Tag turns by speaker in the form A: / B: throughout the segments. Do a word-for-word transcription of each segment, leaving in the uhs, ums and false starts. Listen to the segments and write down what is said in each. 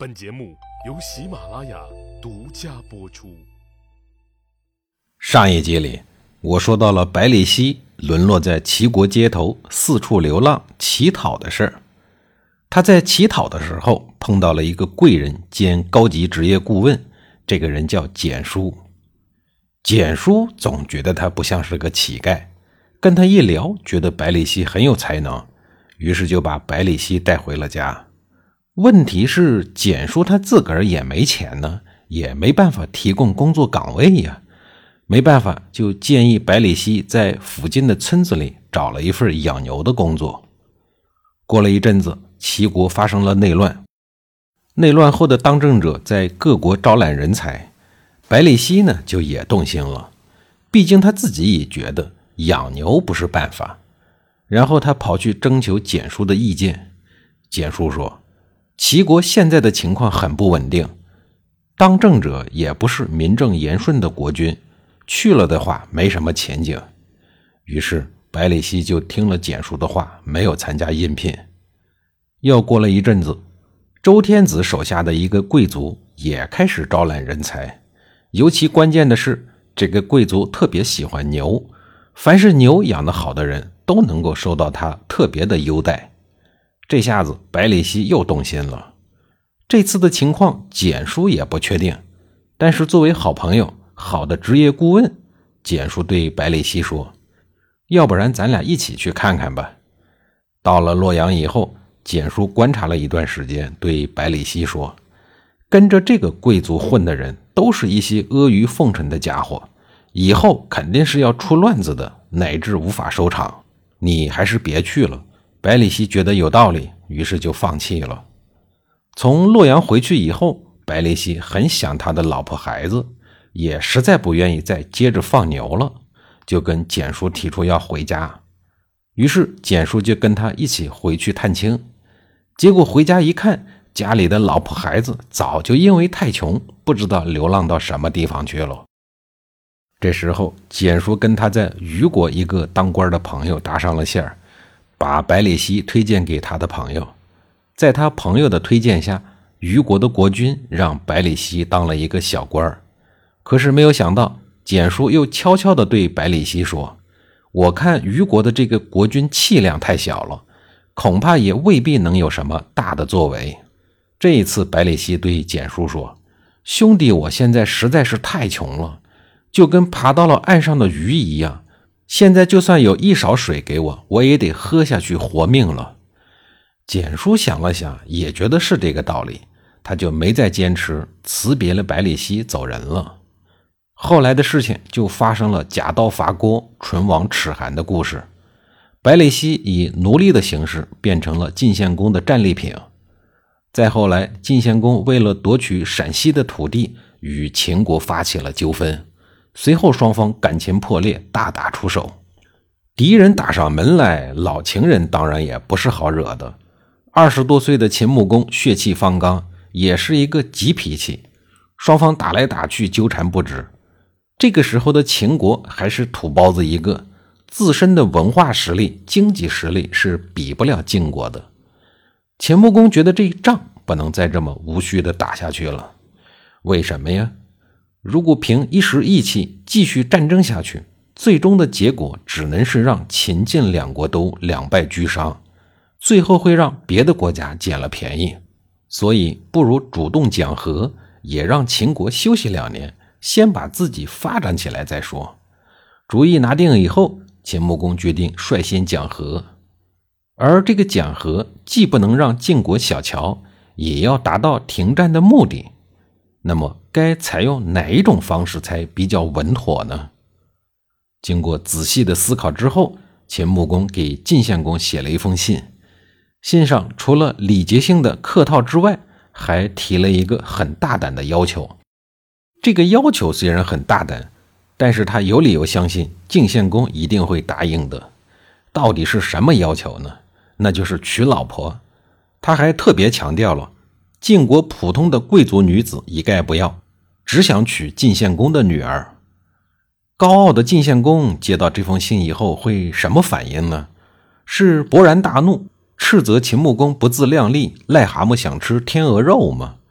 A: 本节目由喜马拉雅独家播出。
B: 上一集里，我说到了百里奚沦落在齐国街头四处流浪乞讨的事儿。他在乞讨的时候碰到了一个贵人兼高级职业顾问，这个人叫简叔。简叔总觉得他不像是个乞丐，跟他一聊觉得百里奚很有才能，于是就把百里奚带回了家。问题是简叔他自个儿也没钱呢，也没办法提供工作岗位呀，没办法就建议百里奚在附近的村子里找了一份养牛的工作。过了一阵子，齐国发生了内乱，内乱后的当政者在各国招揽人才，百里奚呢就也动心了，毕竟他自己也觉得养牛不是办法。然后他跑去征求简叔的意见。简叔说，齐国现在的情况很不稳定，当政者也不是名正言顺的国君，去了的话没什么前景。于是百里奚就听了简叔的话，没有参加应聘。又过了一阵子，周天子手下的一个贵族也开始招揽人才，尤其关键的是，这个贵族特别喜欢牛，凡是牛养得好的人都能够受到他特别的优待。这下子百里奚又动心了。这次的情况简叔也不确定，但是作为好朋友，好的职业顾问，简叔对百里奚说，要不然咱俩一起去看看吧。到了洛阳以后，简叔观察了一段时间，对百里奚说，跟着这个贵族混的人都是一些阿谀奉承的家伙，以后肯定是要出乱子的，乃至无法收场，你还是别去了。百里奚觉得有道理，于是就放弃了。从洛阳回去以后，百里奚很想他的老婆孩子，也实在不愿意再接着放牛了，就跟简叔提出要回家。于是简叔就跟他一起回去探亲。结果回家一看，家里的老婆孩子早就因为太穷，不知道流浪到什么地方去了。这时候简叔跟他在虞国一个当官的朋友搭上了线儿，把百里奚推荐给他的朋友。在他朋友的推荐下，虞国的国君让百里奚当了一个小官。可是没有想到，简叔又悄悄地对百里奚说，我看虞国的这个国君气量太小了，恐怕也未必能有什么大的作为。这一次百里奚对简叔说，兄弟，我现在实在是太穷了，就跟爬到了岸上的鱼一样，现在就算有一勺水给我，我也得喝下去活命了。简叔想了想，也觉得是这个道理，他就没再坚持，辞别了百里奚走人了。后来的事情就发生了假道伐郭，唇亡齿寒的故事。百里奚以奴隶的形式变成了晋献公的战利品。再后来，晋献公为了夺取陕西的土地，与秦国发起了纠纷，随后双方感情破裂，大打出手。敌人打上门来，老情人当然也不是好惹的。二十多岁的秦穆公血气方刚，也是一个急脾气，双方打来打去，纠缠不止。这个时候的秦国还是土包子一个，自身的文化实力、经济实力是比不了晋国的。秦穆公觉得这一仗不能再这么无序的打下去了。为什么呀？如果凭一时意气继续战争下去，最终的结果只能是让秦晋两国都两败俱伤，最后会让别的国家捡了便宜。所以不如主动讲和，也让秦国休息两年，先把自己发展起来再说。主意拿定以后，秦穆公决定率先讲和。而这个讲和既不能让晋国小瞧，也要达到停战的目的。那么该采用哪一种方式才比较稳妥呢？经过仔细的思考之后，秦穆公给晋献公写了一封信。信上除了礼节性的客套之外，还提了一个很大胆的要求。这个要求虽然很大胆，但是他有理由相信晋献公一定会答应的。到底是什么要求呢？那就是娶老婆。他还特别强调了，晋国普通的贵族女子一概不要，只想娶晋献公的女儿。高傲的晋献公接到这封信以后会什么反应呢？是勃然大怒，斥责秦穆公不自量力，癞蛤蟆想吃天鹅肉吗？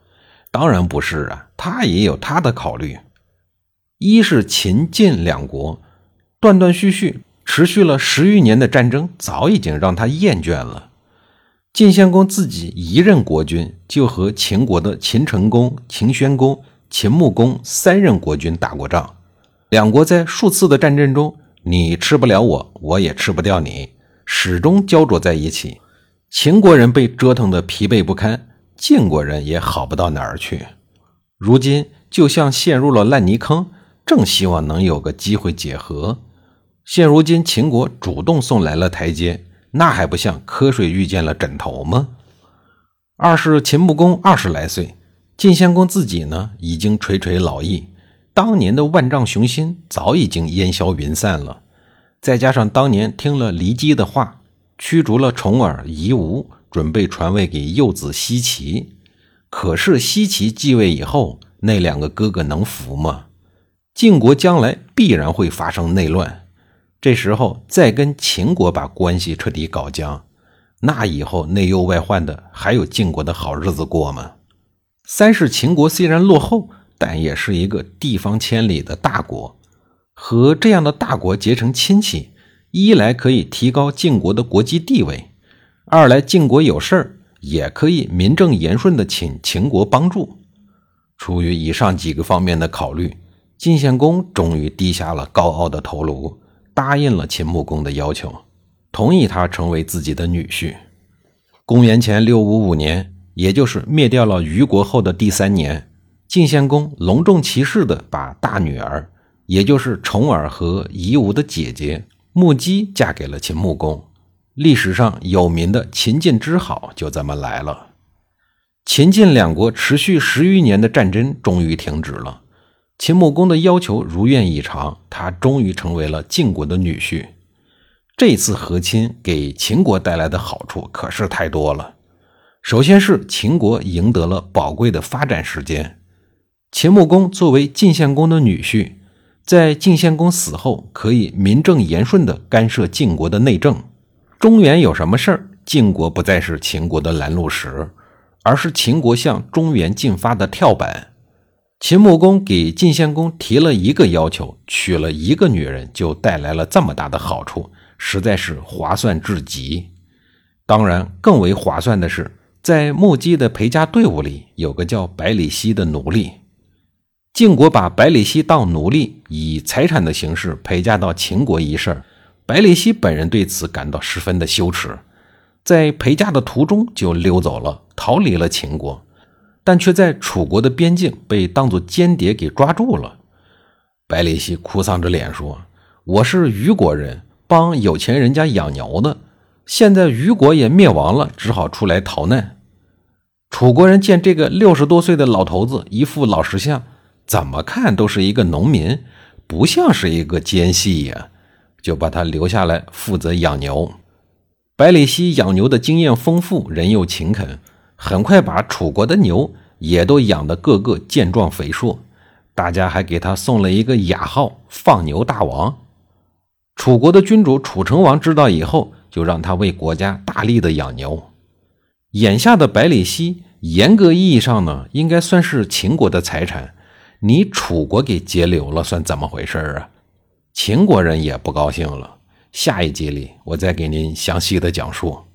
B: 当然不是啊，他也有他的考虑。一是秦晋两国断断续续持续了十余年的战争，早已经让他厌倦了。晋献公自己一任国君就和秦国的秦成公、秦宣公、秦穆公三任国君打过仗，两国在数次的战争中，你吃不了我，我也吃不掉你，始终焦灼在一起。秦国人被折腾得疲惫不堪，晋国人也好不到哪儿去。如今就像陷入了烂泥坑，正希望能有个机会解和。现如今秦国主动送来了台阶，那还不像瞌睡遇见了枕头吗？二是秦穆公二十来岁，晋献公自己呢已经垂垂老矣，当年的万丈雄心早已经烟消云散了。再加上当年听了骊姬的话，驱逐了重耳、夷吾，准备传位给幼子奚齐。可是奚齐继位以后，那两个哥哥能服吗？晋国将来必然会发生内乱，这时候再跟秦国把关系彻底搞僵，那以后内忧外患的，还有晋国的好日子过吗？三是秦国虽然落后，但也是一个地方千里的大国，和这样的大国结成亲戚，一来可以提高晋国的国际地位，二来晋国有事儿也可以名正言顺地请秦国帮助。出于以上几个方面的考虑，晋献公终于低下了高傲的头颅，答应了秦穆公的要求，同意他成为自己的女婿。公元前六五五年，也就是灭掉了虞国后的第三年，晋献公隆重其事地把大女儿，也就是重耳和夷吾的姐姐穆姬嫁给了秦穆公。历史上有名的秦晋之好就这么来了。秦晋两国持续十余年的战争终于停止了，秦穆公的要求如愿以偿，他终于成为了晋国的女婿。这次和亲给秦国带来的好处可是太多了。首先是秦国赢得了宝贵的发展时间。秦穆公作为晋献公的女婿，在晋献公死后可以名正言顺地干涉晋国的内政。中原有什么事儿，晋国不再是秦国的拦路石，而是秦国向中原进发的跳板。秦穆公给晋献公提了一个要求，娶了一个女人，就带来了这么大的好处，实在是划算至极。当然，更为划算的是，在穆姬的陪嫁队伍里有个叫百里奚的奴隶。晋国把百里奚当奴隶，以财产的形式陪嫁到秦国一事，百里奚本人对此感到十分的羞耻，在陪嫁的途中就溜走了，逃离了秦国，但却在楚国的边境被当作间谍给抓住了。百里奚哭丧着脸说，我是虞国人，帮有钱人家养牛的，现在虞国也灭亡了，只好出来逃难。楚国人见这个六十多岁的老头子一副老实相，怎么看都是一个农民，不像是一个奸细呀，就把他留下来负责养牛。百里奚养牛的经验丰富，人又勤恳，很快把楚国的牛也都养得个个健壮肥硕，大家还给他送了一个雅号，放牛大王。楚国的君主楚成王知道以后，就让他为国家大力的养牛。眼下的百里奚严格意义上呢，应该算是秦国的财产，你楚国给截留了，算怎么回事啊？秦国人也不高兴了。下一集里我再给您详细的讲述。